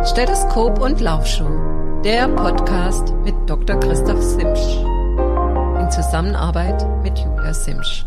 Stethoskop und Laufschuh, der Podcast mit Dr. Christoph Simsch in Zusammenarbeit mit Julia Simsch.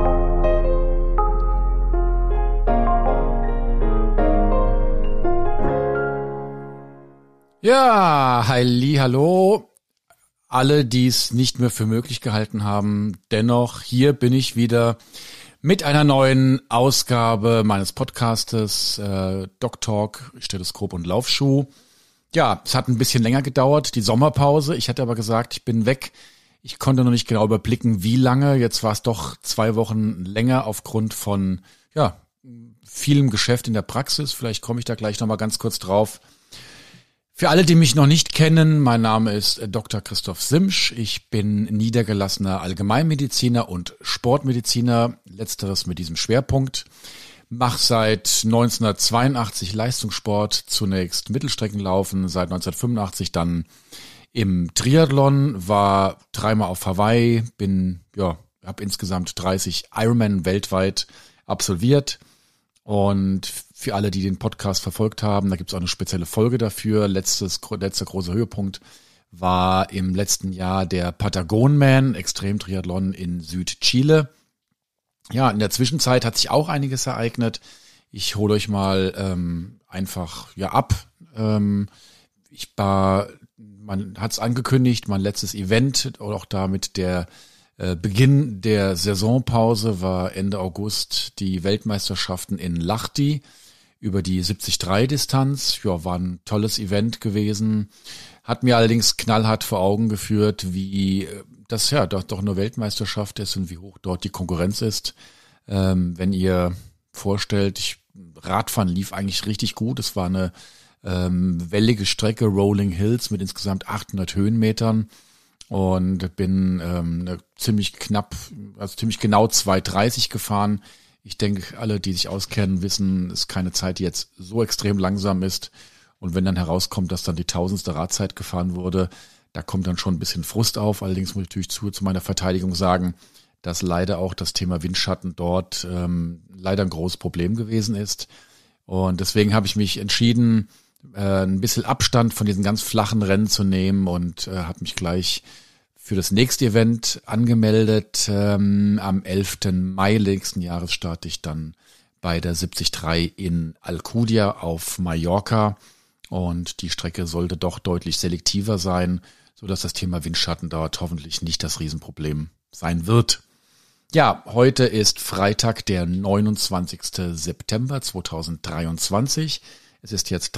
Ja, hallo. Alle, die es nicht mehr für möglich gehalten haben, dennoch, hier bin ich wieder mit einer neuen Ausgabe meines Podcastes Doc Talk, Stethoskop und Laufschuh. Ja, es hat ein bisschen länger gedauert, die Sommerpause. Ich hatte aber gesagt, ich bin weg. Ich konnte noch nicht genau überblicken, wie lange. Jetzt war es doch 2 Wochen länger aufgrund von vielem Geschäft in der Praxis. Vielleicht komme ich da gleich nochmal ganz kurz drauf. Für alle, die mich noch nicht kennen, mein Name ist Dr. Christoph Simsch. Ich bin niedergelassener Allgemeinmediziner und Sportmediziner, letzteres mit diesem Schwerpunkt. Mache seit 1982 Leistungssport, zunächst Mittelstreckenlaufen, seit 1985 dann im Triathlon, war 3-mal auf Hawaii, habe insgesamt 30 Ironman weltweit absolviert. Und für alle, die den Podcast verfolgt haben, da gibt es auch eine spezielle Folge dafür. Letzter großer Höhepunkt war im letzten Jahr der Patagonman, Extremtriathlon in Südchile. Ja, in der Zwischenzeit hat sich auch einiges ereignet. Ich hole euch mal ab. Man hat es angekündigt, mein letztes Event, auch damit der Beginn der Saisonpause war Ende August die Weltmeisterschaften in Lahti über die 73-Distanz. Ja, war ein tolles Event gewesen. Hat mir allerdings knallhart vor Augen geführt, wie das doch eine Weltmeisterschaft ist und wie hoch dort die Konkurrenz ist. Wenn ihr vorstellt, Radfahren lief eigentlich richtig gut. Es war eine wellige Strecke, Rolling Hills mit insgesamt 800 Höhenmetern. Und bin ziemlich genau 2:30 gefahren. Ich denke, alle, die sich auskennen, wissen, es ist keine Zeit, die jetzt so extrem langsam ist. Und wenn dann herauskommt, dass dann die 1000. Radzeit gefahren wurde, da kommt dann schon ein bisschen Frust auf. Allerdings muss ich natürlich zu meiner Verteidigung sagen, dass leider auch das Thema Windschatten dort leider ein großes Problem gewesen ist. Und deswegen habe ich mich entschieden, ein bisschen Abstand von diesen ganz flachen Rennen zu nehmen und habe mich gleich für das nächste Event angemeldet. Am 11. Mai nächsten Jahres starte ich dann bei der 73 in Alcudia auf Mallorca und die Strecke sollte doch deutlich selektiver sein, sodass das Thema Windschatten dort hoffentlich nicht das Riesenproblem sein wird. Ja, heute ist Freitag, der 29. September 2023. Es ist jetzt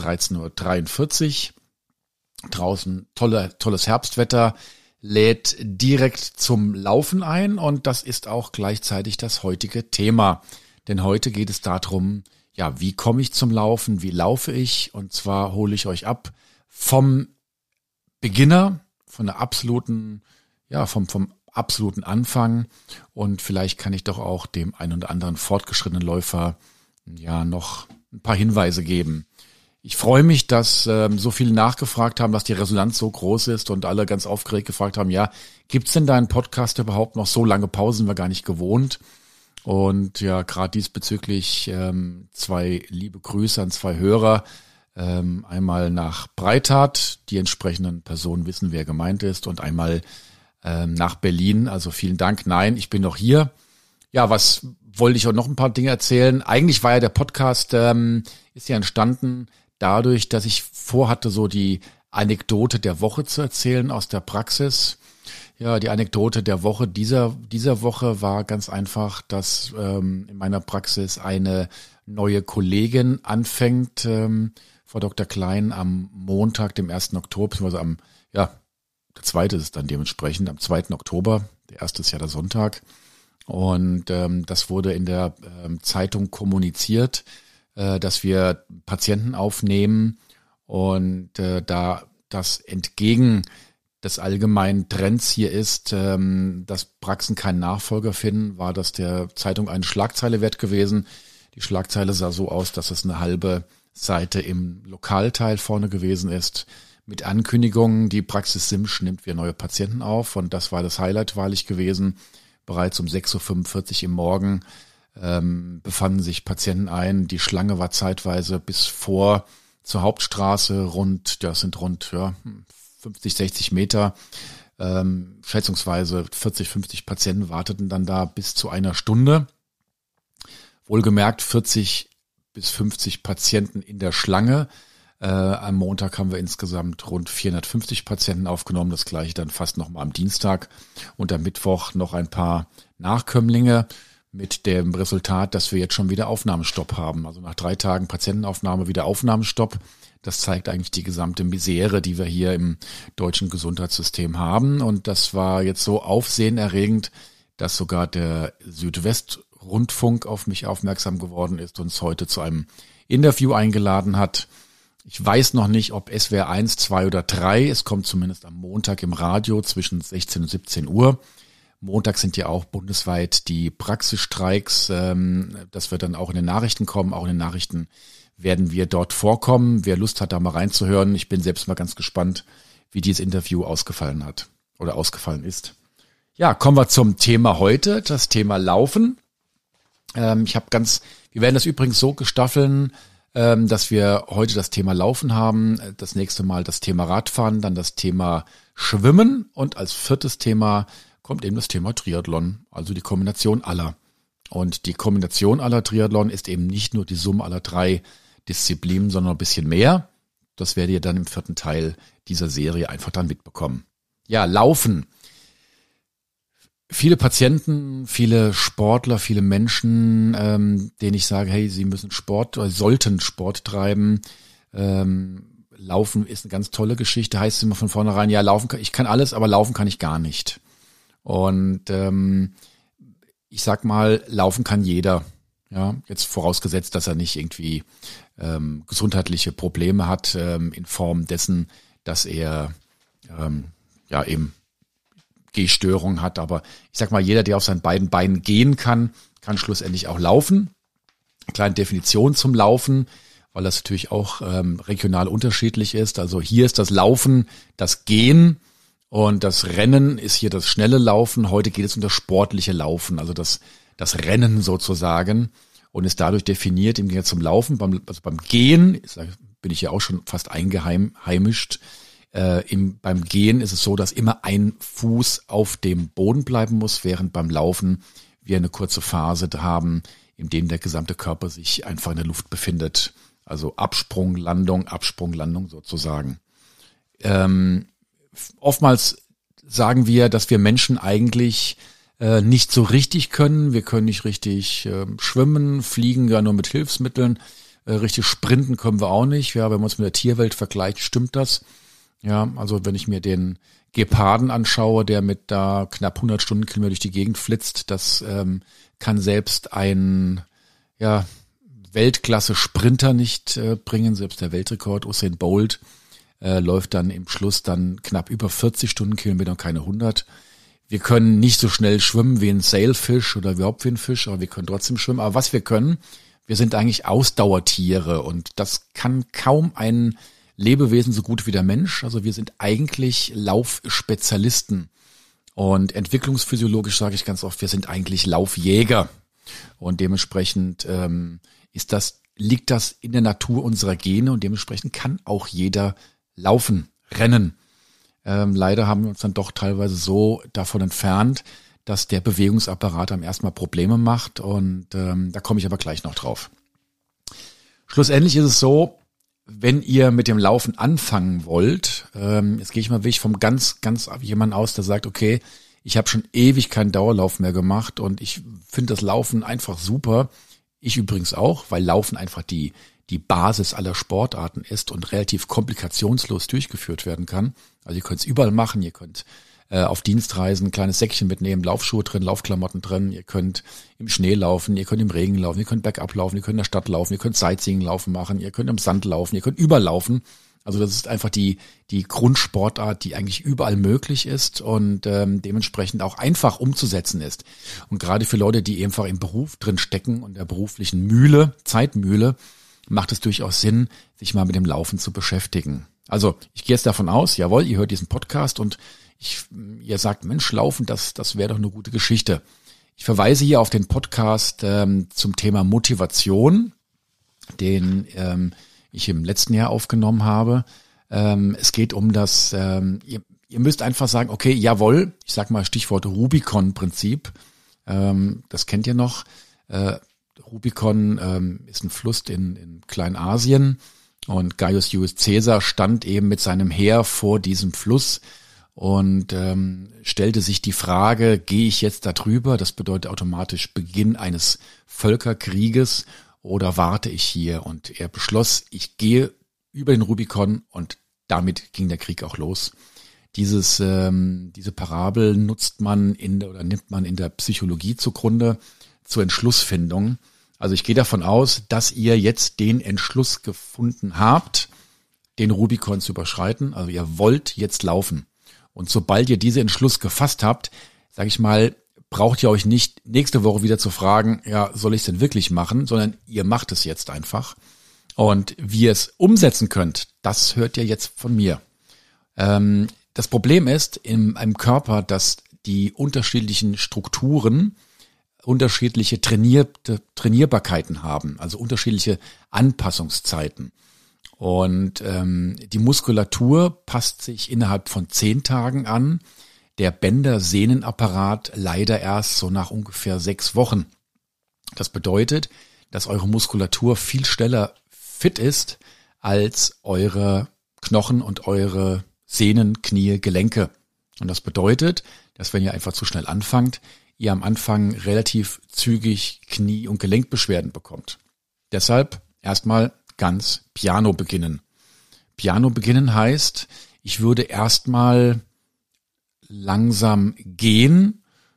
13:43 Uhr. Draußen tolles Herbstwetter, lädt direkt zum Laufen ein und das ist auch gleichzeitig das heutige Thema. Denn heute geht es darum, wie komme ich zum Laufen, wie laufe ich? Und zwar hole ich euch ab vom Beginner, von der absoluten, vom absoluten Anfang und vielleicht kann ich doch auch dem einen oder anderen fortgeschrittenen Läufer noch ein paar Hinweise geben. Ich freue mich, dass so viele nachgefragt haben, dass die Resonanz so groß ist und alle ganz aufgeregt gefragt haben, gibt's denn da einen Podcast überhaupt noch? So lange Pausen sind wir gar nicht gewohnt. Und gerade diesbezüglich 2 liebe Grüße an 2 Hörer. Einmal nach Breitart, die entsprechenden Personen wissen, wer gemeint ist, und einmal nach Berlin. Also vielen Dank. Nein, ich bin noch hier. Ja, was wollte ich auch noch ein paar Dinge erzählen? Eigentlich war der Podcast, ist entstanden dadurch, dass ich vorhatte, so die Anekdote der Woche zu erzählen aus der Praxis. Ja, die Anekdote der Woche dieser Woche war ganz einfach, dass in meiner Praxis eine neue Kollegin anfängt, Frau Dr. Klein, am Montag, dem 1. Oktober, beziehungsweise der 2. ist es dann dementsprechend, am 2. Oktober, der 1. ist ja der Sonntag. Und das wurde in der Zeitung kommuniziert, dass wir Patienten aufnehmen und da das entgegen des allgemeinen Trends hier ist, dass Praxen keinen Nachfolger finden, war das der Zeitung eine Schlagzeile wert gewesen. Die Schlagzeile sah so aus, dass es eine halbe Seite im Lokalteil vorne gewesen ist, mit Ankündigungen, die Praxis Simsch nimmt wir neue Patienten auf und das war das Highlight wahrlich gewesen. Bereits um 6:45 Uhr im Morgen befanden sich Patienten ein. Die Schlange war zeitweise bis vor zur Hauptstraße das sind rund 50, 60 Meter. Schätzungsweise 40, 50 Patienten warteten dann da bis zu einer Stunde. Wohlgemerkt 40 bis 50 Patienten in der Schlange. Am Montag haben wir insgesamt rund 450 Patienten aufgenommen, das gleiche dann fast nochmal am Dienstag und am Mittwoch noch ein paar Nachkömmlinge mit dem Resultat, dass wir jetzt schon wieder Aufnahmestopp haben. Also nach 3 Tagen Patientenaufnahme wieder Aufnahmestopp. Das zeigt eigentlich die gesamte Misere, die wir hier im deutschen Gesundheitssystem haben. Und das war jetzt so aufsehenerregend, dass sogar der Südwestrundfunk auf mich aufmerksam geworden ist und uns heute zu einem Interview eingeladen hat. Ich weiß noch nicht, ob SWR 1, 2 oder 3. Es kommt zumindest am Montag im Radio zwischen 16 und 17 Uhr. Montag sind ja auch bundesweit die Praxisstreiks. Das wird dann auch in den Nachrichten kommen. Auch in den Nachrichten werden wir dort vorkommen. Wer Lust hat, da mal reinzuhören. Ich bin selbst mal ganz gespannt, wie dieses Interview ausgefallen hat oder ausgefallen ist. Ja, kommen wir zum Thema heute, das Thema Laufen. Wir werden das übrigens so gestaffeln, dass wir heute das Thema Laufen haben, das nächste Mal das Thema Radfahren, dann das Thema Schwimmen und als 4. Thema kommt eben das Thema Triathlon, also die Kombination aller. Und die Kombination aller Triathlon ist eben nicht nur die Summe aller 3 Disziplinen, sondern ein bisschen mehr. Das werdet ihr dann im 4. Teil dieser Serie einfach dann mitbekommen. Ja, Laufen. Viele Patienten, viele Sportler, viele Menschen, denen ich sage, hey, sie müssen Sport oder sollten Sport treiben. Laufen ist eine ganz tolle Geschichte. Heißt immer von vornherein, ja, ich kann alles, aber laufen kann ich gar nicht. Und ich sag mal, laufen kann jeder. Ja, jetzt vorausgesetzt, dass er nicht irgendwie gesundheitliche Probleme hat in Form dessen, dass er eben Gehstörung hat, aber ich sag mal, jeder, der auf seinen beiden Beinen gehen kann schlussendlich auch laufen. Kleine Definition zum Laufen, weil das natürlich auch regional unterschiedlich ist. Also hier ist das Laufen das Gehen und das Rennen ist hier das schnelle Laufen. Heute geht es um das sportliche Laufen, also das Rennen sozusagen und ist dadurch definiert im Gegensatz zum Laufen. Beim Gehen bin ich ja auch schon fast eingeheimischt. Beim Gehen ist es so, dass immer ein Fuß auf dem Boden bleiben muss, während beim Laufen wir eine kurze Phase haben, in dem der gesamte Körper sich einfach in der Luft befindet. Also Absprung, Landung sozusagen. Oftmals sagen wir, dass wir Menschen eigentlich nicht so richtig können. Wir können nicht richtig schwimmen, fliegen ja nur mit Hilfsmitteln. Richtig sprinten können wir auch nicht. Ja, wenn man uns mit der Tierwelt vergleicht, stimmt das. Ja, also wenn ich mir den Geparden anschaue, der mit da knapp 100 Stundenkilometer durch die Gegend flitzt, das kann selbst ein Weltklasse-Sprinter nicht bringen. Selbst der Weltrekord Usain Bolt läuft dann im Schluss dann knapp über 40 Stundenkilometer und keine 100. Wir können nicht so schnell schwimmen wie ein Sailfish oder überhaupt wie ein Fisch, aber wir können trotzdem schwimmen. Aber was wir können, wir sind eigentlich Ausdauertiere und das kann kaum ein Lebewesen so gut wie der Mensch. Also wir sind eigentlich Laufspezialisten. Und entwicklungsphysiologisch sage ich ganz oft, wir sind eigentlich Laufjäger. Und dementsprechend liegt das in der Natur unserer Gene und dementsprechend kann auch jeder laufen, rennen. Leider haben wir uns dann doch teilweise so davon entfernt, dass der Bewegungsapparat am ersten Mal Probleme macht und da komme ich aber gleich noch drauf. Schlussendlich ist es so, wenn ihr mit dem Laufen anfangen wollt, jetzt gehe ich mal wirklich vom ganz jemand aus, der sagt, okay, ich habe schon ewig keinen Dauerlauf mehr gemacht und ich finde das Laufen einfach super. Ich übrigens auch, weil Laufen einfach die Basis aller Sportarten ist und relativ komplikationslos durchgeführt werden kann. Also ihr könnt es überall machen, ihr könnt auf Dienstreisen ein kleines Säckchen mitnehmen, Laufschuhe drin, Laufklamotten drin, ihr könnt im Schnee laufen, ihr könnt im Regen laufen, ihr könnt bergab laufen, ihr könnt in der Stadt laufen, ihr könnt Sightseeing-Laufen machen, ihr könnt im Sand laufen, ihr könnt überall laufen. Also das ist einfach die Grundsportart, die eigentlich überall möglich ist und dementsprechend auch einfach umzusetzen ist. Und gerade für Leute, die einfach im Beruf drin stecken und der beruflichen Zeitmühle, macht es durchaus Sinn, sich mal mit dem Laufen zu beschäftigen. Also ich gehe jetzt davon aus, jawohl, ihr hört diesen Podcast und ihr sagt, Mensch, Laufen, das wäre doch eine gute Geschichte. Ich verweise hier auf den Podcast zum Thema Motivation, den ich im letzten Jahr aufgenommen habe. Es geht um das, ihr müsst einfach sagen, okay, jawohl, ich sag mal Stichwort Rubicon-Prinzip, das kennt ihr noch. Rubicon ist ein Fluss in Kleinasien und Gaius Julius Caesar stand eben mit seinem Heer vor diesem Fluss und stellte sich die Frage, gehe ich jetzt da drüber? Das bedeutet automatisch Beginn eines Völkerkrieges oder warte ich hier? Und er beschloss, ich gehe über den Rubicon und damit ging der Krieg auch los. Diese Parabel nimmt man in der Psychologie zugrunde zur Entschlussfindung. Also ich gehe davon aus, dass ihr jetzt den Entschluss gefunden habt, den Rubicon zu überschreiten. Also ihr wollt jetzt laufen. Und sobald ihr diesen Entschluss gefasst habt, sage ich mal, braucht ihr euch nicht nächste Woche wieder zu fragen, ja, soll ich es denn wirklich machen, sondern ihr macht es jetzt einfach. Und wie ihr es umsetzen könnt, das hört ihr jetzt von mir. Das Problem ist in einem Körper, dass die unterschiedlichen Strukturen unterschiedliche Trainierbarkeiten haben, also unterschiedliche Anpassungszeiten. Und die Muskulatur passt sich innerhalb von 10 Tagen an, der Bänder-Sehnenapparat leider erst so nach ungefähr 6 Wochen. Das bedeutet, dass eure Muskulatur viel schneller fit ist als eure Knochen und eure Sehnen, Knie, Gelenke. Und das bedeutet, dass wenn ihr einfach zu schnell anfangt, ihr am Anfang relativ zügig Knie- und Gelenkbeschwerden bekommt. Deshalb erstmal ganz piano beginnen. Piano beginnen heißt, ich würde erstmal langsam gehen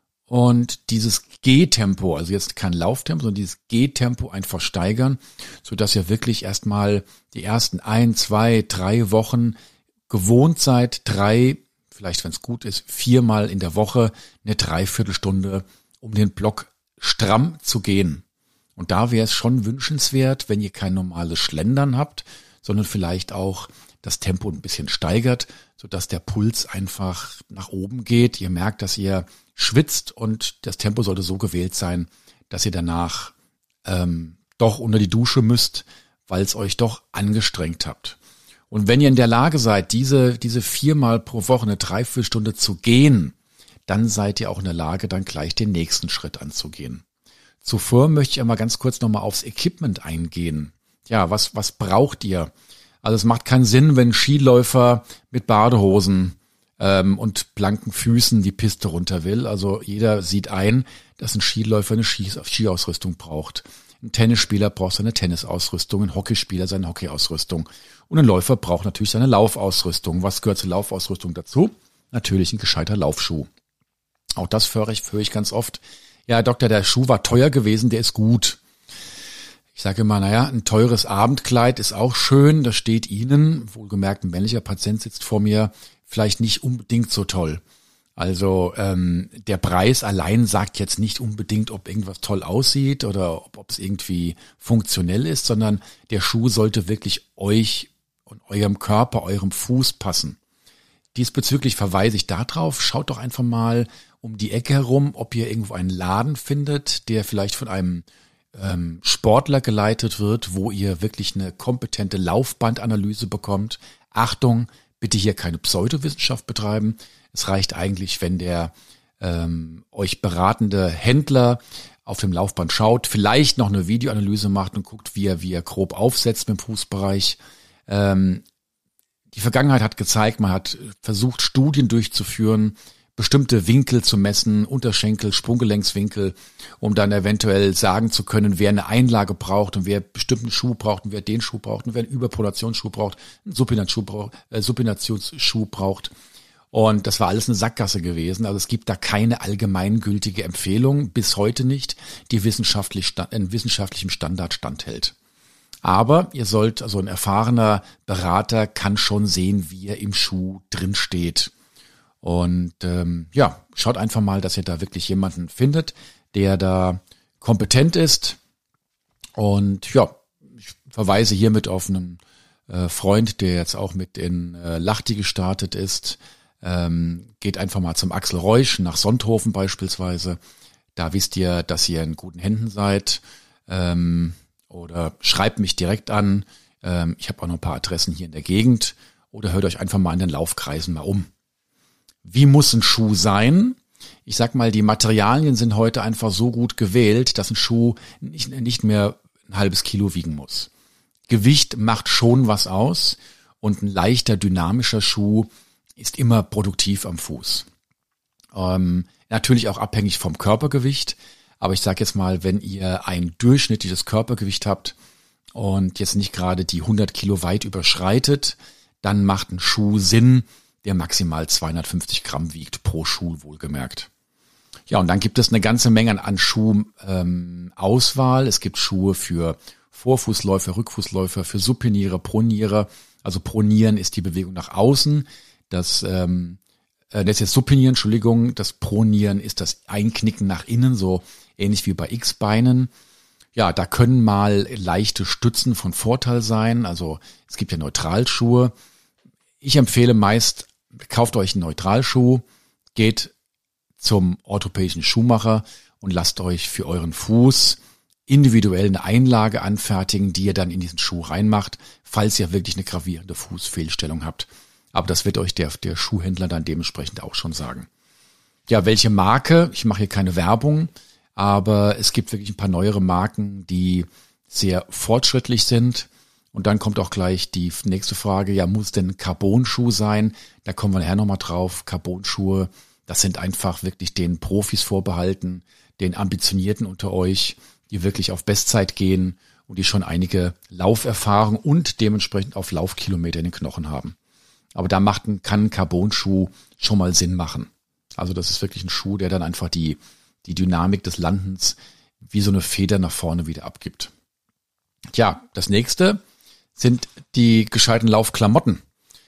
und dieses Gehtempo, also jetzt kein Lauftempo, sondern dieses Gehtempo einfach steigern, sodass ihr wirklich erstmal die ersten 1, 2, 3 Wochen gewohnt seid, 3, vielleicht wenn es gut ist, 4-mal in der Woche eine Dreiviertelstunde um den Block stramm zu gehen. Und da wäre es schon wünschenswert, wenn ihr kein normales Schlendern habt, sondern vielleicht auch das Tempo ein bisschen steigert, sodass der Puls einfach nach oben geht. Ihr merkt, dass ihr schwitzt und das Tempo sollte so gewählt sein, dass ihr danach doch unter die Dusche müsst, weil es euch doch angestrengt habt. Und wenn ihr in der Lage seid, diese 4-mal pro Woche eine Dreiviertelstunde zu gehen, dann seid ihr auch in der Lage, dann gleich den nächsten Schritt anzugehen. Zuvor möchte ich einmal ganz kurz nochmal aufs Equipment eingehen. Ja, was braucht ihr? Also es macht keinen Sinn, wenn Skiläufer mit Badehosen und blanken Füßen die Piste runter will. Also jeder sieht ein, dass ein Skiläufer eine Skiausrüstung braucht. Ein Tennisspieler braucht seine Tennisausrüstung, ein Hockeyspieler seine Hockeyausrüstung. Und ein Läufer braucht natürlich seine Laufausrüstung. Was gehört zur Laufausrüstung dazu? Natürlich ein gescheiter Laufschuh. Auch das höre ich ganz oft. Ja, Doktor, der Schuh war teuer gewesen, der ist gut. Ich sage immer, ein teures Abendkleid ist auch schön, das steht Ihnen, wohlgemerkt ein männlicher Patient sitzt vor mir, vielleicht nicht unbedingt so toll. Also der Preis allein sagt jetzt nicht unbedingt, ob irgendwas toll aussieht oder ob es irgendwie funktionell ist, sondern der Schuh sollte wirklich euch und eurem Körper, eurem Fuß passen. Diesbezüglich verweise ich darauf, schaut doch einfach mal um die Ecke herum, ob ihr irgendwo einen Laden findet, der vielleicht von einem Sportler geleitet wird, wo ihr wirklich eine kompetente Laufbandanalyse bekommt. Achtung, bitte hier keine Pseudowissenschaft betreiben. Es reicht eigentlich, wenn der euch beratende Händler auf dem Laufband schaut, vielleicht noch eine Videoanalyse macht und guckt, wie er grob aufsetzt mit dem Fußbereich. Die Vergangenheit hat gezeigt, man hat versucht, Studien durchzuführen, bestimmte Winkel zu messen, Unterschenkel, Sprunggelenkswinkel, um dann eventuell sagen zu können, wer eine Einlage braucht und wer bestimmten Schuh braucht und wer den Schuh braucht und wer einen Überpronationsschuh braucht, einen Supinationsschuh braucht. Und das war alles eine Sackgasse gewesen. Also es gibt da keine allgemeingültige Empfehlung, bis heute nicht, die in wissenschaftlichem Standard standhält. Aber ihr sollt, also ein erfahrener Berater kann schon sehen, wie er im Schuh drin steht. Und schaut einfach mal, dass ihr da wirklich jemanden findet, der da kompetent ist. Und ja, ich verweise hiermit auf einen Freund, der jetzt auch mit in Lahti gestartet ist. Geht einfach mal zum Axel Reusch nach Sonthofen beispielsweise. Da wisst ihr, dass ihr in guten Händen seid. Oder schreibt mich direkt an. Ich habe auch noch ein paar Adressen hier in der Gegend. Oder hört euch einfach mal in den Laufkreisen mal um. Wie muss ein Schuh sein? Ich sag mal, die Materialien sind heute einfach so gut gewählt, dass ein Schuh nicht mehr ein halbes Kilo wiegen muss. Gewicht macht schon was aus und ein leichter, dynamischer Schuh ist immer produktiv am Fuß. Natürlich auch abhängig vom Körpergewicht, aber ich sage jetzt mal, wenn ihr ein durchschnittliches Körpergewicht habt und jetzt nicht gerade die 100 Kilo weit überschreitet, dann macht ein Schuh Sinn, der maximal 250 Gramm wiegt, pro Schuh wohlgemerkt. Ja, und dann gibt es eine ganze Menge an Schuhauswahl. Es gibt Schuhe für Vorfußläufer, Rückfußläufer, für Supiniere, Pronierer. Also Pronieren ist die Bewegung nach außen. Das ist jetzt Supinieren, Entschuldigung. Das Pronieren ist das Einknicken nach innen, so ähnlich wie bei X-Beinen. Ja, da können mal leichte Stützen von Vorteil sein. Also es gibt ja Neutralschuhe. Ich empfehle meist, kauft euch einen Neutralschuh, geht zum orthopädischen Schuhmacher und lasst euch für euren Fuß individuell eine Einlage anfertigen, die ihr dann in diesen Schuh reinmacht, falls ihr wirklich eine gravierende Fußfehlstellung habt. Aber das wird euch der Schuhhändler dann dementsprechend auch schon sagen. Ja, welche Marke? Ich mache hier keine Werbung, aber es gibt wirklich ein paar neuere Marken, die sehr fortschrittlich sind. Und dann kommt auch gleich die nächste Frage, ja, muss denn ein Carbon-Schuh sein? Da kommen wir nachher nochmal drauf. Carbon-Schuhe, das sind einfach wirklich den Profis vorbehalten, den Ambitionierten unter euch, die wirklich auf Bestzeit gehen und die schon einige Lauferfahrung und dementsprechend auf Laufkilometer in den Knochen haben. Aber da kann ein Carbon-Schuh schon mal Sinn machen. Also das ist wirklich ein Schuh, der dann einfach die Dynamik des Landens wie so eine Feder nach vorne wieder abgibt. Tja, das nächste sind die gescheiten Laufklamotten.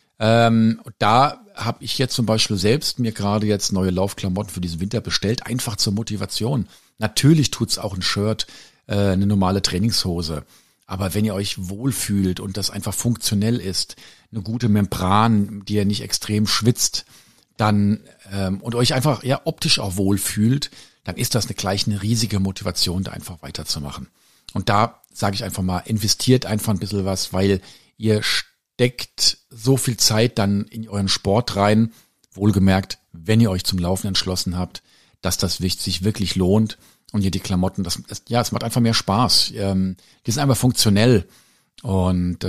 Da habe ich jetzt zum Beispiel selbst mir gerade jetzt neue Laufklamotten für diesen Winter bestellt, einfach zur Motivation. Natürlich tut's auch ein Shirt, eine normale Trainingshose. Aber wenn ihr euch wohlfühlt und das einfach funktionell ist, eine gute Membran, die ihr nicht extrem schwitzt, dann und euch einfach optisch auch wohlfühlt, dann ist das gleich eine riesige Motivation, da einfach weiterzumachen. Und da sage ich einfach mal, investiert einfach ein bisschen was, weil ihr steckt so viel Zeit dann in euren Sport rein, wohlgemerkt, wenn ihr euch zum Laufen entschlossen habt, dass das sich wirklich lohnt und ihr die Klamotten, es macht einfach mehr Spaß. Die sind einfach funktionell und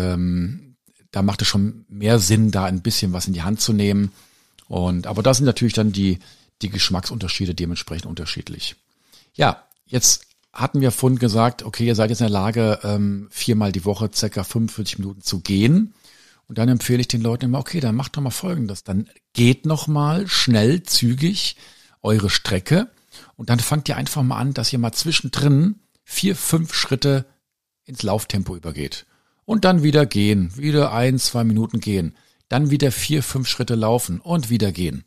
da macht es schon mehr Sinn, da ein bisschen was in die Hand zu nehmen. Aber da sind natürlich dann die Geschmacksunterschiede dementsprechend unterschiedlich. Ja, jetzt hatten wir vorhin gesagt, okay, ihr seid jetzt in der Lage, 4-mal die Woche circa 45 Minuten zu gehen. Und dann empfehle ich den Leuten immer, okay, dann macht doch mal Folgendes. Dann geht noch mal schnell, zügig eure Strecke und dann fangt ihr einfach mal an, dass ihr mal zwischendrin 4-5 Schritte ins Lauftempo übergeht. Und dann wieder gehen, wieder 1-2 Minuten gehen. Dann wieder 4-5 Schritte laufen und wieder gehen.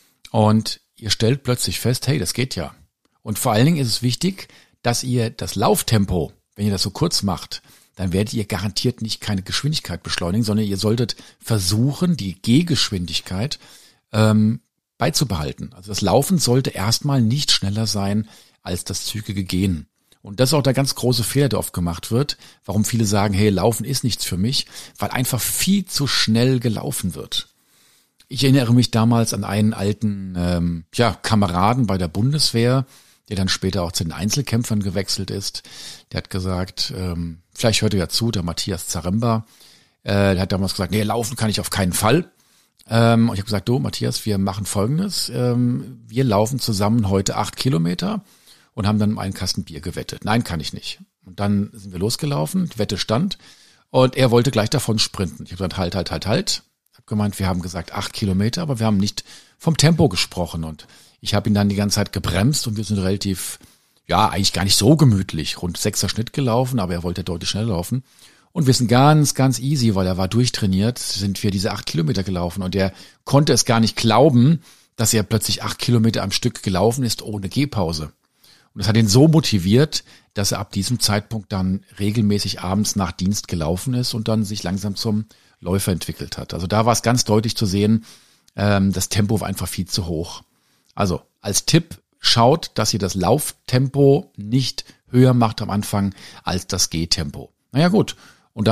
Und ihr stellt plötzlich fest, hey, das geht ja. Und vor allen Dingen ist es wichtig, dass ihr das Lauftempo, wenn ihr das so kurz macht, dann werdet ihr garantiert nicht keine Geschwindigkeit beschleunigen, sondern ihr solltet versuchen, die Gehgeschwindigkeit beizubehalten. Also das Laufen sollte erstmal nicht schneller sein als das zügige Gehen. Und das ist auch der ganz große Fehler, der oft gemacht wird, warum viele sagen, hey, Laufen ist nichts für mich, weil einfach viel zu schnell gelaufen wird. Ich erinnere mich damals an einen alten Kameraden bei der Bundeswehr, der dann später auch zu den Einzelkämpfern gewechselt ist. Der hat gesagt, vielleicht hört ihr ja zu, der Matthias Zaremba, der hat damals gesagt, nee, laufen kann ich auf keinen Fall. Und ich habe gesagt, du Matthias, wir machen Folgendes, wir laufen zusammen heute 8 Kilometer und haben dann einen Kasten Bier gewettet. Nein, kann ich nicht. Und dann sind wir losgelaufen, die Wette stand und er wollte gleich davon sprinten. Ich habe gesagt, halt. Ich habe gemeint, wir haben gesagt 8 Kilometer, aber wir haben nicht vom Tempo gesprochen und ich habe ihn dann die ganze Zeit gebremst und wir sind relativ, eigentlich gar nicht so gemütlich, rund 6er Schnitt gelaufen, aber er wollte deutlich schneller laufen. Und wir sind ganz, ganz easy, weil er war durchtrainiert, sind wir diese 8 Kilometer gelaufen und er konnte es gar nicht glauben, dass er plötzlich 8 Kilometer am Stück gelaufen ist ohne Gehpause. Und das hat ihn so motiviert, dass er ab diesem Zeitpunkt dann regelmäßig abends nach Dienst gelaufen ist und dann sich langsam zum Läufer entwickelt hat. Also da war es ganz deutlich zu sehen, das Tempo war einfach viel zu hoch. Also als Tipp, schaut, dass ihr das Lauftempo nicht höher macht am Anfang als das Gehtempo. Naja gut, und dann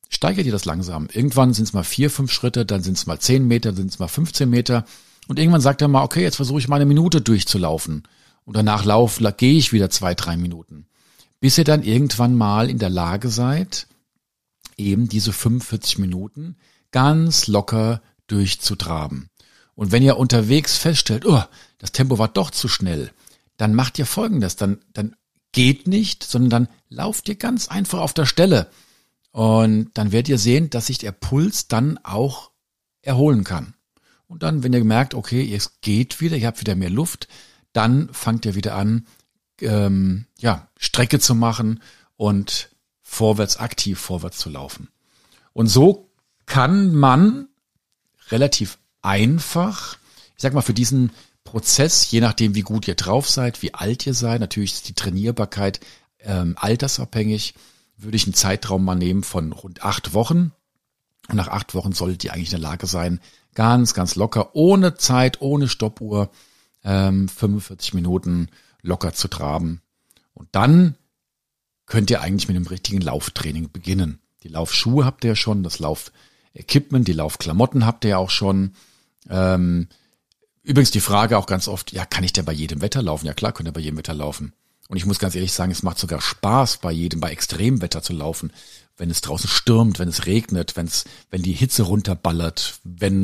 steigert ihr das langsam. Irgendwann sind es mal 4, 5 Schritte, dann sind es mal 10 Meter, dann sind es mal 15 Meter. Und irgendwann sagt er mal, okay, jetzt versuche ich mal 1 Minute durchzulaufen. Und danach gehe ich wieder 2, 3 Minuten. Bis ihr dann irgendwann mal in der Lage seid, eben diese 45 Minuten ganz locker durchzutraben. Und wenn ihr unterwegs feststellt, das Tempo war doch zu schnell, dann macht ihr Folgendes, dann geht nicht, sondern dann lauft ihr ganz einfach auf der Stelle. Und dann werdet ihr sehen, dass sich der Puls dann auch erholen kann. Und dann, wenn ihr merkt, okay, es geht wieder, ihr habt wieder mehr Luft, dann fangt ihr wieder an, Strecke zu machen und aktiv vorwärts zu laufen. Und so kann man relativ einfach, ich sag mal, für diesen Prozess, je nachdem wie gut ihr drauf seid, wie alt ihr seid, natürlich ist die Trainierbarkeit altersabhängig, würde ich einen Zeitraum mal nehmen von rund 8 Wochen. Und nach 8 Wochen solltet ihr eigentlich in der Lage sein, ganz, ganz locker, ohne Zeit, ohne Stoppuhr, 45 Minuten locker zu traben. Und dann könnt ihr eigentlich mit dem richtigen Lauftraining beginnen. Die Laufschuhe habt ihr ja schon, das Laufequipment, die Laufklamotten habt ihr ja auch schon. Übrigens die Frage auch ganz oft, kann ich denn bei jedem Wetter laufen? Ja klar, könnt ihr bei jedem Wetter laufen. Und ich muss ganz ehrlich sagen, es macht sogar Spaß, bei Extremwetter zu laufen. Wenn es draußen stürmt, wenn es regnet, wenn die Hitze runterballert,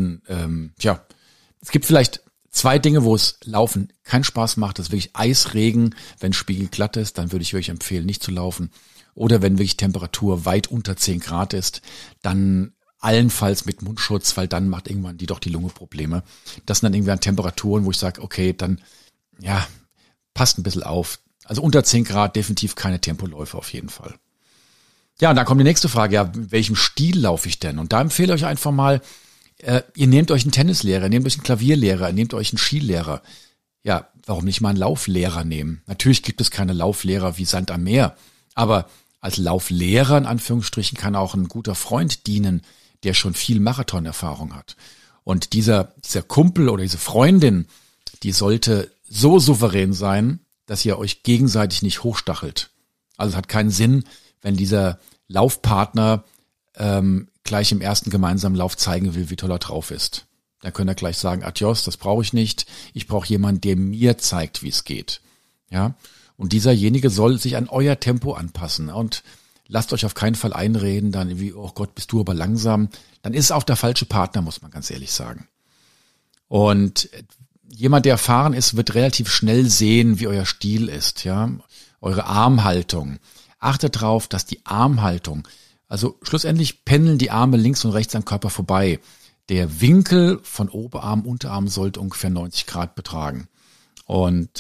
es gibt vielleicht 2 Dinge, wo es Laufen keinen Spaß macht. Das ist wirklich Eisregen, wenn spiegelglatt ist, dann würde ich wirklich empfehlen, nicht zu laufen. Oder wenn wirklich Temperatur weit unter 10 Grad ist, dann allenfalls mit Mundschutz, weil dann macht irgendwann die Lunge Probleme. Das sind dann irgendwie an Temperaturen, wo ich sage, okay, dann, passt ein bisschen auf. Also unter 10 Grad definitiv keine Tempoläufe auf jeden Fall. Ja, und dann kommt die nächste Frage, in welchem Stil laufe ich denn? Und da empfehle ich euch einfach mal, ihr nehmt euch einen Tennislehrer, nehmt euch einen Klavierlehrer, nehmt euch einen Skilehrer. Ja, warum nicht mal einen Lauflehrer nehmen? Natürlich gibt es keine Lauflehrer wie Sand am Meer, aber als Lauflehrer in Anführungsstrichen kann auch ein guter Freund dienen, der schon viel Marathonerfahrung hat. Und dieser Kumpel oder diese Freundin, die sollte so souverän sein, dass ihr euch gegenseitig nicht hochstachelt. Also es hat keinen Sinn, wenn dieser Laufpartner gleich im ersten gemeinsamen Lauf zeigen will, wie toll er drauf ist. Dann könnt ihr gleich sagen, adios, das brauche ich nicht. Ich brauche jemanden, der mir zeigt, wie es geht. Ja. Und dieserjenige soll sich an euer Tempo anpassen. Und lasst euch auf keinen Fall einreden, dann wie, oh Gott, bist du aber langsam. Dann ist es auch der falsche Partner, muss man ganz ehrlich sagen. Und jemand, der erfahren ist, wird relativ schnell sehen, wie euer Stil ist, ja. Eure Armhaltung. Achtet drauf, dass die Armhaltung, also schlussendlich pendeln die Arme links und rechts am Körper vorbei. Der Winkel von Oberarm, Unterarm sollte ungefähr 90 Grad betragen. Und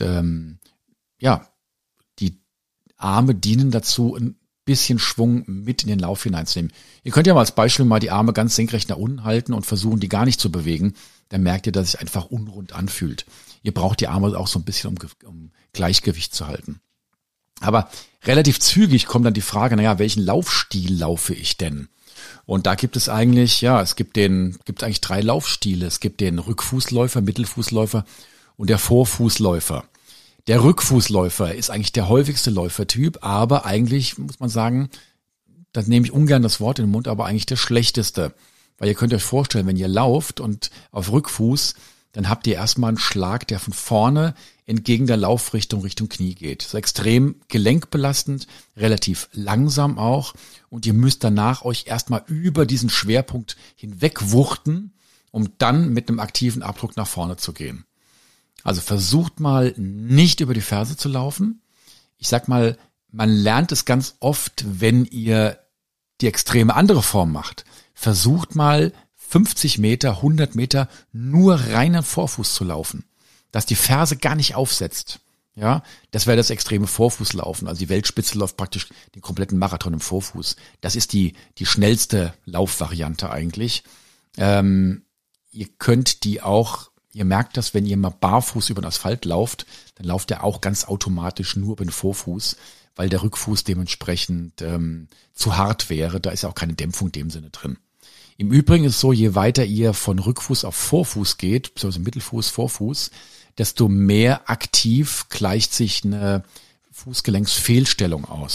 die Arme dienen dazu, ein bisschen Schwung mit in den Lauf hineinzunehmen. Ihr könnt ja mal als Beispiel mal die Arme ganz senkrecht nach unten halten und versuchen, die gar nicht zu bewegen. Dann merkt ihr, dass es sich einfach unrund anfühlt. Ihr braucht die Arme auch so ein bisschen, um Gleichgewicht zu halten. Aber relativ zügig kommt dann die Frage, welchen Laufstil laufe ich denn? Und da gibt es eigentlich, gibt eigentlich 3 Laufstile. Es gibt den Rückfußläufer, Mittelfußläufer und der Vorfußläufer. Der Rückfußläufer ist eigentlich der häufigste Läufertyp, aber eigentlich muss man sagen, da nehme ich ungern das Wort in den Mund, aber eigentlich der schlechteste. Weil ihr könnt euch vorstellen, wenn ihr lauft und auf Rückfuß, dann habt ihr erstmal einen Schlag, der von vorne entgegen der Laufrichtung Richtung Knie geht. Das ist extrem gelenkbelastend, relativ langsam auch. Und ihr müsst danach euch erstmal über diesen Schwerpunkt hinwegwuchten, um dann mit einem aktiven Abdruck nach vorne zu gehen. Also versucht mal nicht über die Ferse zu laufen. Ich sag mal, man lernt es ganz oft, wenn ihr die extreme andere Form macht. Versucht mal 50 Meter, 100 Meter nur reinen Vorfuß zu laufen, dass die Ferse gar nicht aufsetzt. Ja, das wäre das extreme Vorfußlaufen. Also die Weltspitze läuft praktisch den kompletten Marathon im Vorfuß. Das ist die schnellste Laufvariante eigentlich. Ihr könnt die auch, ihr merkt das, wenn ihr mal barfuß über den Asphalt lauft, dann lauft ihr auch ganz automatisch nur über den Vorfuß, weil der Rückfuß dementsprechend zu hart wäre. Da ist ja auch keine Dämpfung in dem Sinne drin. Im Übrigen ist es so, je weiter ihr von Rückfuß auf Vorfuß geht, beziehungsweise Mittelfuß, Vorfuß, desto mehr aktiv gleicht sich eine Fußgelenksfehlstellung aus.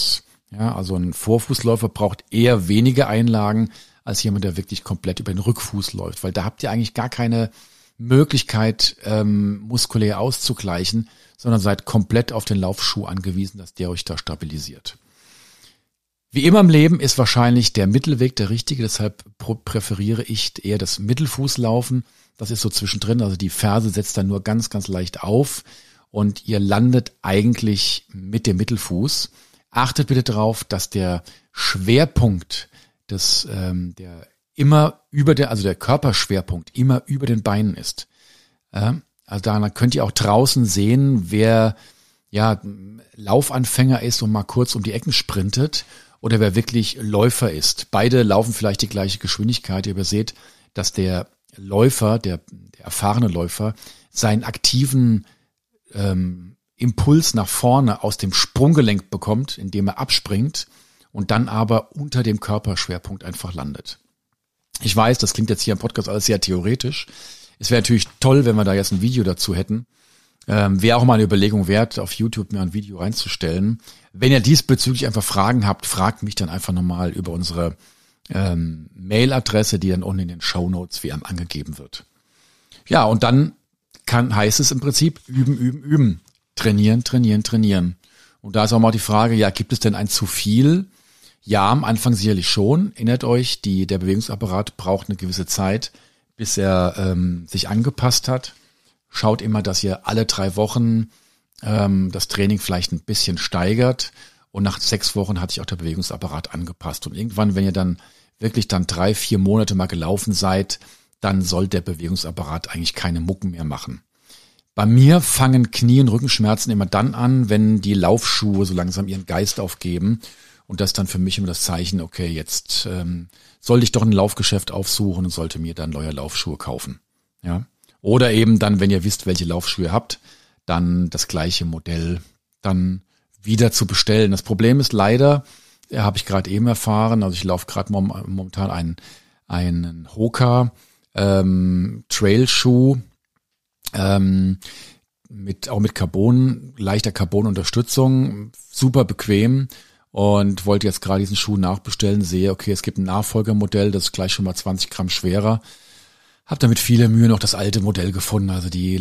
Ja, also ein Vorfußläufer braucht eher wenige Einlagen als jemand, der wirklich komplett über den Rückfuß läuft, weil da habt ihr eigentlich gar keine Möglichkeit, muskulär auszugleichen, sondern seid komplett auf den Laufschuh angewiesen, dass der euch da stabilisiert. Wie immer im Leben ist wahrscheinlich der Mittelweg der richtige, deshalb präferiere ich eher das Mittelfußlaufen. Das ist so zwischendrin, also die Ferse setzt dann nur ganz, ganz leicht auf und ihr landet eigentlich mit dem Mittelfuß. Achtet bitte darauf, dass der Schwerpunkt der Körperschwerpunkt immer über den Beinen ist. Also da könnt ihr auch draußen sehen, wer Laufanfänger ist und mal kurz um die Ecken sprintet oder wer wirklich Läufer ist. Beide laufen vielleicht die gleiche Geschwindigkeit. Ihr seht, dass der Läufer, der erfahrene Läufer, seinen aktiven Impuls nach vorne aus dem Sprunggelenk bekommt, indem er abspringt und dann aber unter dem Körperschwerpunkt einfach landet. Ich weiß, das klingt jetzt hier im Podcast alles sehr theoretisch. Es wäre natürlich toll, wenn wir da jetzt ein Video dazu hätten. Wäre auch mal eine Überlegung wert, auf YouTube mir ein Video reinzustellen. Wenn ihr diesbezüglich einfach Fragen habt, fragt mich dann einfach nochmal über unsere Mailadresse, die dann unten in den Shownotes wie angegeben wird. Ja, und dann heißt es im Prinzip üben. Trainieren. Und da ist auch mal die Frage, ja, gibt es denn ein zu viel? Ja, am Anfang sicherlich schon. Erinnert euch, der Bewegungsapparat braucht eine gewisse Zeit, bis er sich angepasst hat. Schaut immer, dass ihr alle 3 Wochen das Training vielleicht ein bisschen steigert. Und nach 6 Wochen hat sich auch der Bewegungsapparat angepasst. Und irgendwann, wenn ihr dann wirklich 3-4 Monate mal gelaufen seid, dann soll der Bewegungsapparat eigentlich keine Mucken mehr machen. Bei mir fangen Knie- und Rückenschmerzen immer dann an, wenn die Laufschuhe so langsam ihren Geist aufgeben. Und das dann für mich immer das Zeichen, okay, jetzt sollte ich doch ein Laufgeschäft aufsuchen und sollte mir dann neue Laufschuhe kaufen. Ja. Oder eben dann, wenn ihr wisst, welche Laufschuhe ihr habt, dann das gleiche Modell dann wieder zu bestellen. Das Problem ist leider, habe ich gerade eben erfahren, also ich laufe gerade momentan einen Hoka Trailschuh, mit Carbon, leichter Carbon-Unterstützung, super bequem und wollte jetzt gerade diesen Schuh nachbestellen, sehe, okay, es gibt ein Nachfolgermodell, das ist gleich schon mal 20 Gramm schwerer. Hab damit viele Mühe noch das alte Modell gefunden. Also die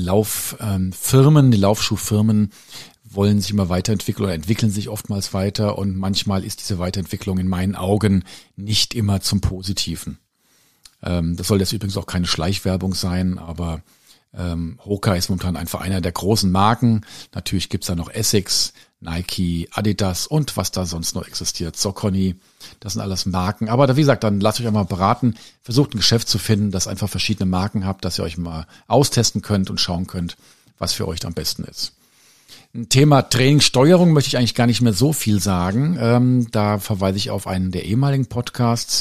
Laufschuhfirmen wollen sich immer weiterentwickeln oder entwickeln sich oftmals weiter und manchmal ist diese Weiterentwicklung in meinen Augen nicht immer zum Positiven. Das soll jetzt übrigens auch keine Schleichwerbung sein, aber Hoka ist momentan einfach einer der großen Marken. Natürlich gibt's da noch Essex, Nike, Adidas und was da sonst noch existiert. Saucony, das sind alles Marken. Aber wie gesagt, dann lasst euch einmal beraten. Versucht ein Geschäft zu finden, das einfach verschiedene Marken habt, dass ihr euch mal austesten könnt und schauen könnt, was für euch am besten ist. Ein Thema Trainingssteuerung möchte ich eigentlich gar nicht mehr so viel sagen. Da verweise ich auf einen der ehemaligen Podcasts.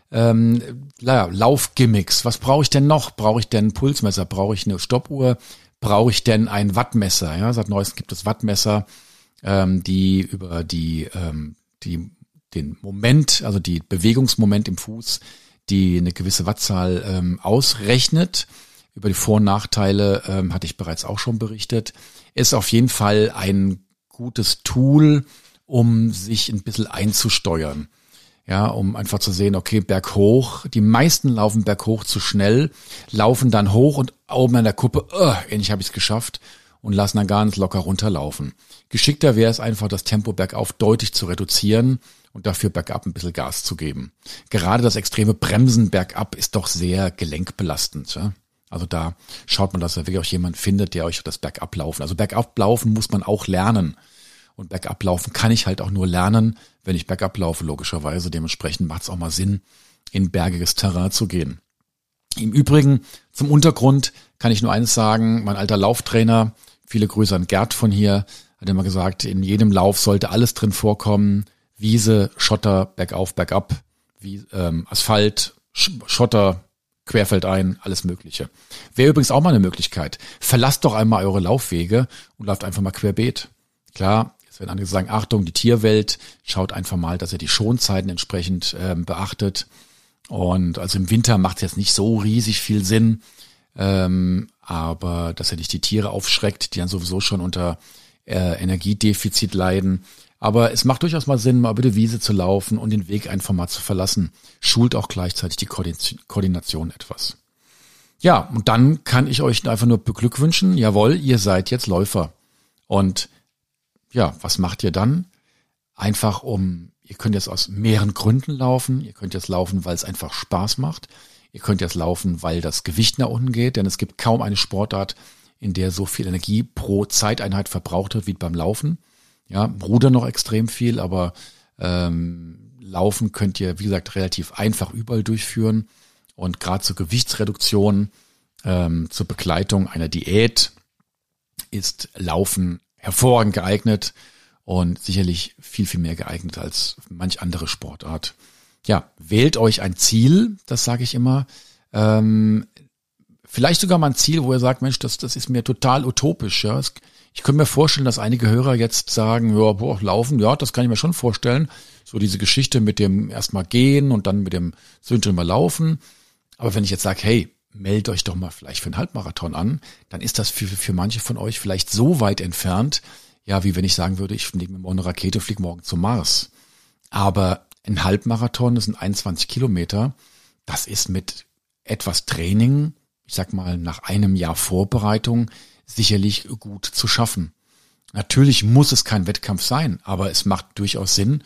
Laufgimmicks. Was brauche ich denn noch? Brauche ich denn ein Pulsmesser? Brauche ich eine Stoppuhr? Brauche ich denn ein Wattmesser? Ja, seit neuestem gibt es Wattmesser, die über den Moment, also die Bewegungsmoment im Fuß, die eine gewisse Wattzahl ausrechnet. Über die Vor- und Nachteile hatte ich bereits auch schon berichtet. Ist auf jeden Fall ein gutes Tool, um sich ein bisschen einzusteuern. Ja, um einfach zu sehen, okay, berghoch. Die meisten laufen berghoch zu schnell, laufen dann hoch und oben an der Kuppe, endlich habe ich es geschafft und lassen dann ganz locker runterlaufen. Geschickter wäre es einfach, das Tempo bergauf deutlich zu reduzieren und dafür bergab ein bisschen Gas zu geben. Gerade das extreme Bremsen bergab ist doch sehr gelenkbelastend. Ja? Also da schaut man, dass ihr wirklich auch jemand findet, der euch das Bergablaufen. Also Bergablaufen muss man auch lernen. Und Bergablaufen kann ich halt auch nur lernen, wenn ich bergab laufe, logischerweise. Dementsprechend macht es auch mal Sinn, in bergiges Terrain zu gehen. Im Übrigen, zum Untergrund kann ich nur eines sagen, mein alter Lauftrainer, viele Grüße an Gerd von hier, hat immer gesagt, in jedem Lauf sollte alles drin vorkommen. Wiese, Schotter, bergauf, bergab, Asphalt, Schotter, querfeldein, alles Mögliche. Wäre übrigens auch mal eine Möglichkeit. Verlasst doch einmal eure Laufwege und lauft einfach mal querbeet. Klar, jetzt werden andere sagen, Achtung, die Tierwelt, schaut einfach mal, dass ihr die Schonzeiten entsprechend beachtet. Und also im Winter macht es jetzt nicht so riesig viel Sinn, aber dass ihr nicht die Tiere aufschreckt, die dann sowieso schon unter Energiedefizit leiden. Aber es macht durchaus mal Sinn, mal über die Wiese zu laufen und den Weg einfach mal zu verlassen. Schult auch gleichzeitig die Koordination etwas. Ja, und dann kann ich euch einfach nur beglückwünschen. Jawohl, ihr seid jetzt Läufer. Und ja, was macht ihr dann? Einfach ihr könnt jetzt aus mehreren Gründen laufen. Ihr könnt jetzt laufen, weil es einfach Spaß macht. Ihr könnt jetzt laufen, weil das Gewicht nach unten geht. Denn es gibt kaum eine Sportart, in der so viel Energie pro Zeiteinheit verbraucht wird wie beim Laufen. Ja, Rudern noch extrem viel, aber Laufen könnt ihr, wie gesagt, relativ einfach überall durchführen. Und gerade zur Gewichtsreduktion, zur Begleitung einer Diät ist Laufen hervorragend geeignet und sicherlich viel, viel mehr geeignet als manch andere Sportart. Ja, wählt euch ein Ziel, das sage ich immer. Vielleicht sogar mal ein Ziel, wo ihr sagt, Mensch, das ist mir total utopisch. Ja, ich könnte mir vorstellen, dass einige Hörer jetzt sagen, ja, Laufen, ja, das kann ich mir schon vorstellen. So diese Geschichte mit dem erstmal gehen und dann mit dem zwischendrin mal laufen. Aber wenn ich jetzt sage, hey, meldet euch doch mal vielleicht für einen Halbmarathon an, dann ist das für manche von euch vielleicht so weit entfernt, ja, wie wenn ich sagen würde, ich nehme mir morgen eine Rakete, fliege morgen zum Mars. Aber ein Halbmarathon, das sind 21 Kilometer, das ist mit etwas Training, ich sag mal nach einem Jahr Vorbereitung, sicherlich gut zu schaffen. Natürlich muss es kein Wettkampf sein, aber es macht durchaus Sinn,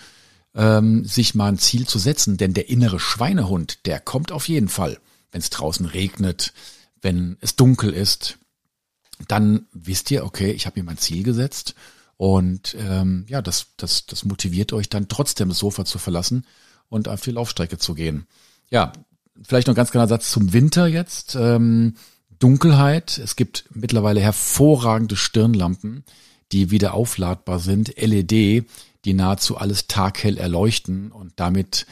sich mal ein Ziel zu setzen, denn der innere Schweinehund, der kommt auf jeden Fall. Wenn es draußen regnet, wenn es dunkel ist, dann wisst ihr, okay, ich habe mir mein Ziel gesetzt und ja, das motiviert euch dann trotzdem das Sofa zu verlassen und auf die Laufstrecke zu gehen. Ja, vielleicht noch ein ganz kleiner Satz zum Winter jetzt. Dunkelheit. Es gibt mittlerweile hervorragende Stirnlampen, die wieder aufladbar sind, LED, die nahezu alles taghell erleuchten und damit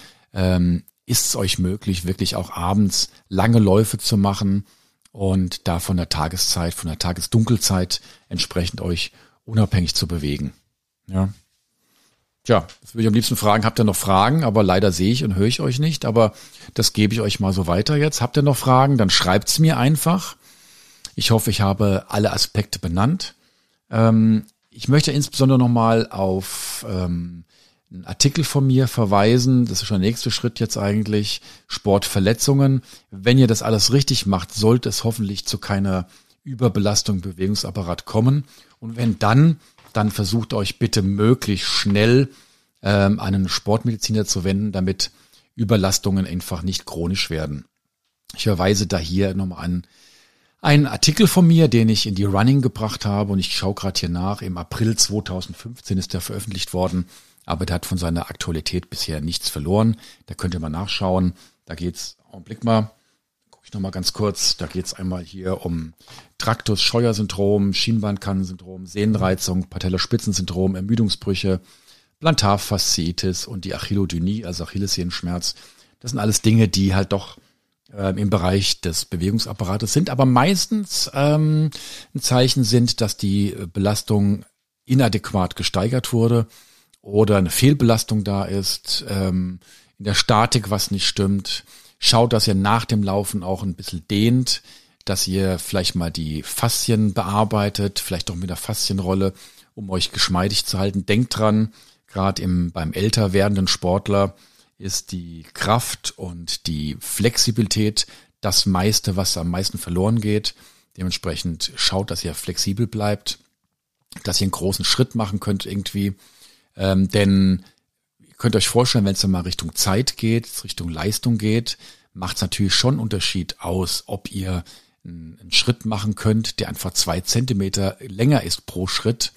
ist es euch möglich, wirklich auch abends lange Läufe zu machen und da von der Tageszeit, von der Tagesdunkelzeit entsprechend euch unabhängig zu bewegen. Ja. Tja, das würde ich am liebsten fragen, habt ihr noch Fragen? Aber leider sehe ich und höre ich euch nicht, aber das gebe ich euch mal so weiter jetzt. Habt ihr noch Fragen? Dann schreibt's mir einfach. Ich hoffe, ich habe alle Aspekte benannt. Ich möchte insbesondere nochmal auf einen Artikel von mir verweisen. Das ist schon der nächste Schritt jetzt eigentlich. Sportverletzungen. Wenn ihr das alles richtig macht, sollte es hoffentlich zu keiner Überbelastung im Bewegungsapparat kommen. Und wenn dann versucht euch bitte möglichst schnell an einen Sportmediziner zu wenden, damit Überlastungen einfach nicht chronisch werden. Ich verweise da hier nochmal an einen Artikel von mir, den ich in die Running gebracht habe und ich schaue gerade hier nach. Im April 2015 ist der veröffentlicht worden, aber der hat von seiner Aktualität bisher nichts verloren. Da könnt ihr mal nachschauen. Da geht's, Augenblick mal, gucke ich nochmal ganz kurz. Da geht's einmal hier um Tractus-Scheuer-Syndrom, Schienbeinkannensyndrom, Sehnenreizung, Patellaspitzensyndrom, Ermüdungsbrüche, Plantarfasziitis und die Achillodynie, also Achillessehenschmerz. Das sind alles Dinge, die halt doch im Bereich des Bewegungsapparates sind, aber meistens ein Zeichen sind, dass die Belastung inadäquat gesteigert wurde oder eine Fehlbelastung da ist, in der Statik was nicht stimmt. Schaut, dass ihr nach dem Laufen auch ein bisschen dehnt, dass ihr vielleicht mal die Faszien bearbeitet, vielleicht auch mit der Faszienrolle, um euch geschmeidig zu halten. Denkt dran, gerade beim älter werdenden Sportler ist die Kraft und die Flexibilität das meiste, was am meisten verloren geht. Dementsprechend schaut, dass ihr flexibel bleibt, dass ihr einen großen Schritt machen könnt irgendwie. Denn ihr könnt euch vorstellen, wenn es dann mal Richtung Zeit geht, Richtung Leistung geht, macht es natürlich schon einen Unterschied aus, ob ihr einen Schritt machen könnt, der einfach 2 Zentimeter länger ist pro Schritt,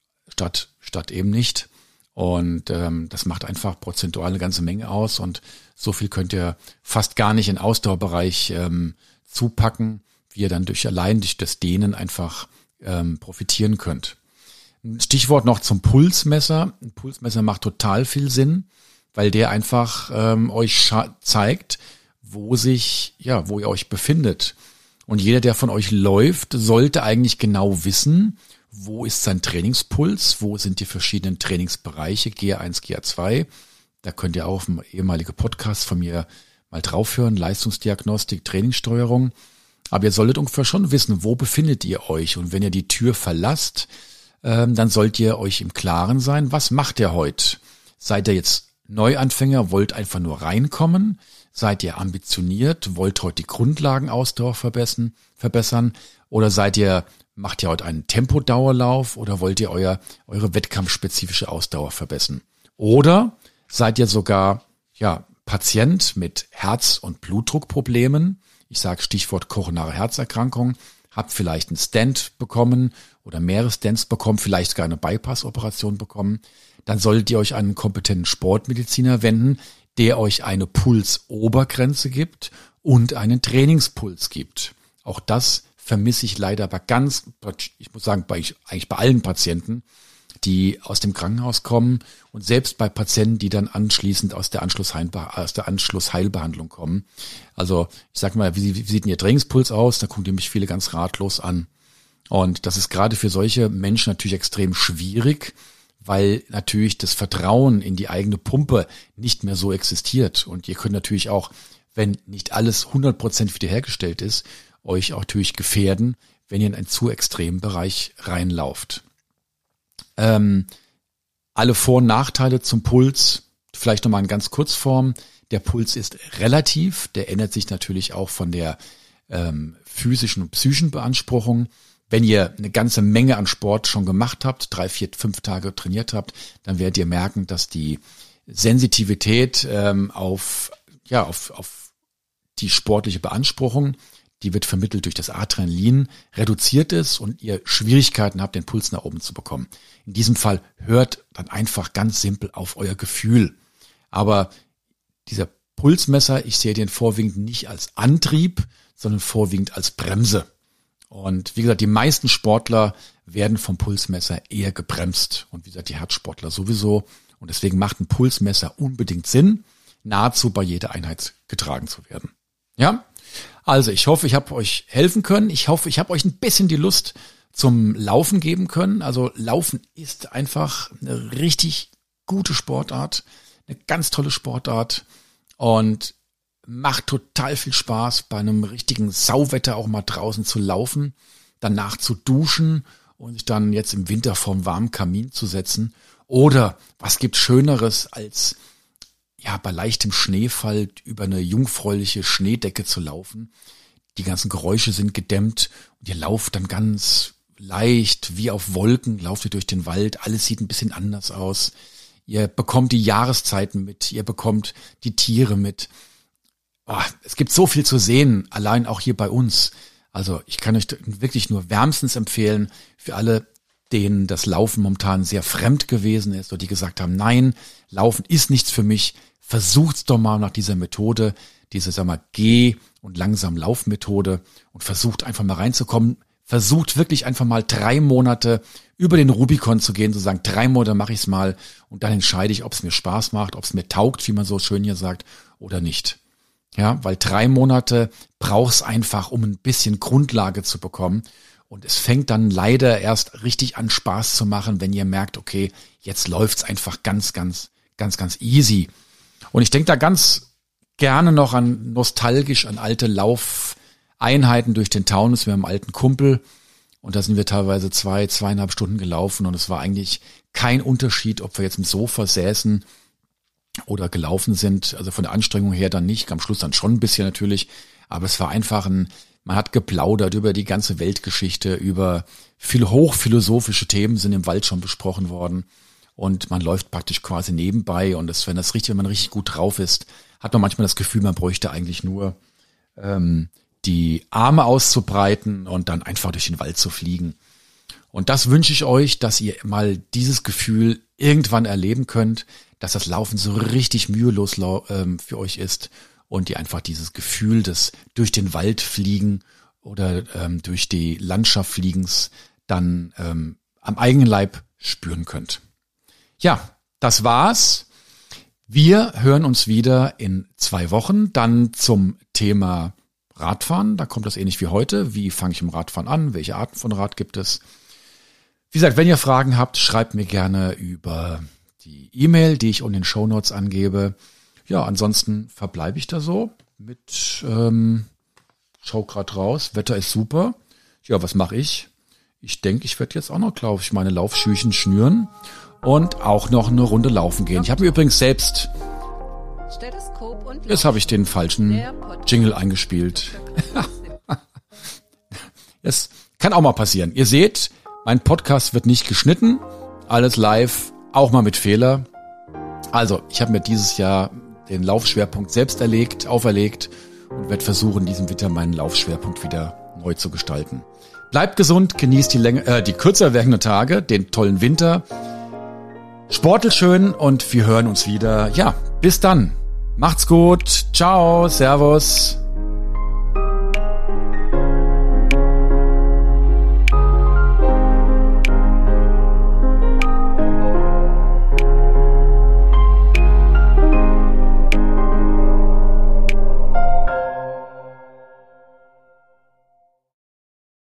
statt eben nicht. Und das macht einfach prozentual eine ganze Menge aus und so viel könnt ihr fast gar nicht in den Ausdauerbereich zupacken, wie ihr dann durch das Dehnen einfach profitieren könnt. Ein Stichwort noch zum Pulsmesser. Ein Pulsmesser macht total viel Sinn, weil der einfach euch zeigt, wo ihr euch befindet. Und jeder, der von euch läuft, sollte eigentlich genau wissen, wo ist sein Trainingspuls, wo sind die verschiedenen Trainingsbereiche, GA1, GA2. Da könnt ihr auch auf einen ehemaligen Podcast von mir mal draufhören, Leistungsdiagnostik, Trainingssteuerung. Aber ihr solltet ungefähr schon wissen, wo befindet ihr euch. Und wenn ihr die Tür verlasst, dann sollt ihr euch im Klaren sein, was macht ihr heute? Seid ihr jetzt Neuanfänger, wollt einfach nur reinkommen? Seid ihr ambitioniert, wollt heute die Grundlagenausdauer verbessern? Oder macht ihr heute einen Tempodauerlauf oder wollt ihr eure wettkampfspezifische Ausdauer verbessern? Oder seid ihr sogar Patient mit Herz- und Blutdruckproblemen? Ich sage Stichwort koronare Herzerkrankung. Habt vielleicht einen Stent bekommen oder mehrere Stents bekommen, vielleicht sogar eine Bypass-Operation bekommen. Dann solltet ihr euch an einen kompetenten Sportmediziner wenden, der euch eine Pulsobergrenze gibt und einen Trainingspuls gibt. Auch das vermisse ich leider ich muss sagen, eigentlich bei allen Patienten, die aus dem Krankenhaus kommen und selbst bei Patienten, die dann anschließend aus der Anschlussheilbehandlung kommen. Also ich sag mal, wie sieht denn Ihr Trainingspuls aus? Da gucken die mich viele ganz ratlos an. Und das ist gerade für solche Menschen natürlich extrem schwierig, weil natürlich das Vertrauen in die eigene Pumpe nicht mehr so existiert. Und ihr könnt natürlich auch, wenn nicht alles 100% wiederhergestellt ist, euch auch natürlich gefährden, wenn ihr in einen zu extremen Bereich reinlauft. Alle Vor- und Nachteile zum Puls, vielleicht nochmal in ganz Kurzform. Der Puls ist relativ, der ändert sich natürlich auch von der physischen und psychischen Beanspruchung. Wenn ihr eine ganze Menge an Sport schon gemacht habt, 3, 4, 5 Tage trainiert habt, dann werdet ihr merken, dass die Sensitivität auf die sportliche Beanspruchung, die wird vermittelt durch das Adrenalin, reduziert ist und ihr Schwierigkeiten habt, den Puls nach oben zu bekommen. In diesem Fall hört dann einfach ganz simpel auf euer Gefühl. Aber dieser Pulsmesser, ich sehe den vorwiegend nicht als Antrieb, sondern vorwiegend als Bremse. Und wie gesagt, die meisten Sportler werden vom Pulsmesser eher gebremst. Und wie gesagt, die Herzsportler sowieso. Und deswegen macht ein Pulsmesser unbedingt Sinn, nahezu bei jeder Einheit getragen zu werden. Ja? Also ich hoffe, ich habe euch helfen können. Ich hoffe, ich habe euch ein bisschen die Lust zum Laufen geben können. Also Laufen ist einfach eine richtig gute Sportart, eine ganz tolle Sportart und macht total viel Spaß, bei einem richtigen Sauwetter auch mal draußen zu laufen, danach zu duschen und sich dann jetzt im Winter vorm warmen Kamin zu setzen. Oder was gibt's Schöneres als bei leichtem Schneefall über eine jungfräuliche Schneedecke zu laufen. Die ganzen Geräusche sind gedämmt und ihr lauft dann ganz leicht, wie auf Wolken, lauft ihr durch den Wald. Alles sieht ein bisschen anders aus. Ihr bekommt die Jahreszeiten mit, ihr bekommt die Tiere mit. Es gibt so viel zu sehen, allein auch hier bei uns. Also ich kann euch wirklich nur wärmstens empfehlen, für alle, denen das Laufen momentan sehr fremd gewesen ist oder die gesagt haben, nein, Laufen ist nichts für mich. Versucht's doch mal nach dieser Methode, diese, Geh- und langsam Laufmethode und versucht einfach mal reinzukommen. Versucht wirklich einfach mal 3 Monate über den Rubikon zu gehen, zu sagen, 3 Monate mache ich's mal und dann entscheide ich, ob es mir Spaß macht, ob es mir taugt, wie man so schön hier sagt, oder nicht. Ja, weil 3 Monate brauch's einfach, um ein bisschen Grundlage zu bekommen. Und es fängt dann leider erst richtig an Spaß zu machen, wenn ihr merkt, okay, jetzt läuft's einfach ganz easy. Und ich denke da ganz gerne noch nostalgisch an alte Laufeinheiten durch den Taunus mit einem alten Kumpel. Und da sind wir teilweise 2,5 Stunden gelaufen und es war eigentlich kein Unterschied, ob wir jetzt im Sofa säßen oder gelaufen sind. Also von der Anstrengung her dann nicht, am Schluss dann schon ein bisschen natürlich. Aber es war einfach man hat geplaudert über die ganze Weltgeschichte, über viele hochphilosophische Themen sind im Wald schon besprochen worden. Und man läuft praktisch quasi nebenbei und wenn man richtig gut drauf ist, hat man manchmal das Gefühl, man bräuchte eigentlich nur die Arme auszubreiten und dann einfach durch den Wald zu fliegen. Und das wünsche ich euch, dass ihr mal dieses Gefühl irgendwann erleben könnt, dass das Laufen so richtig mühelos für euch ist und ihr einfach dieses Gefühl des durch den Wald fliegen oder durch die Landschaft fliegens dann am eigenen Leib spüren könnt. Ja, das war's. Wir hören uns wieder in 2 Wochen, dann zum Thema Radfahren. Da kommt das ähnlich wie heute. Wie fange ich im Radfahren an? Welche Arten von Rad gibt es? Wie gesagt, wenn ihr Fragen habt, schreibt mir gerne über die E-Mail, die ich unten in den Shownotes angebe. Ja, ansonsten verbleibe ich da so mit, schau grad raus, Wetter ist super. Ja, was mache ich? ich denke, ich werde jetzt auch noch, glaube ich, meine Laufschüchen schnüren und auch noch eine Runde laufen gehen. Ich habe mir übrigens selbst, jetzt habe ich den falschen Jingle eingespielt. Es kann auch mal passieren. Ihr seht, mein Podcast wird nicht geschnitten, alles live, auch mal mit Fehler. Also, ich habe mir dieses Jahr den Laufschwerpunkt selbst auferlegt und werde versuchen, in diesem Winter meinen Laufschwerpunkt wieder neu zu gestalten. Bleibt gesund, genießt die kürzer werdenden Tage, den tollen Winter. Sportelt schön und wir hören uns wieder. Ja, bis dann. Macht's gut. Ciao. Servus.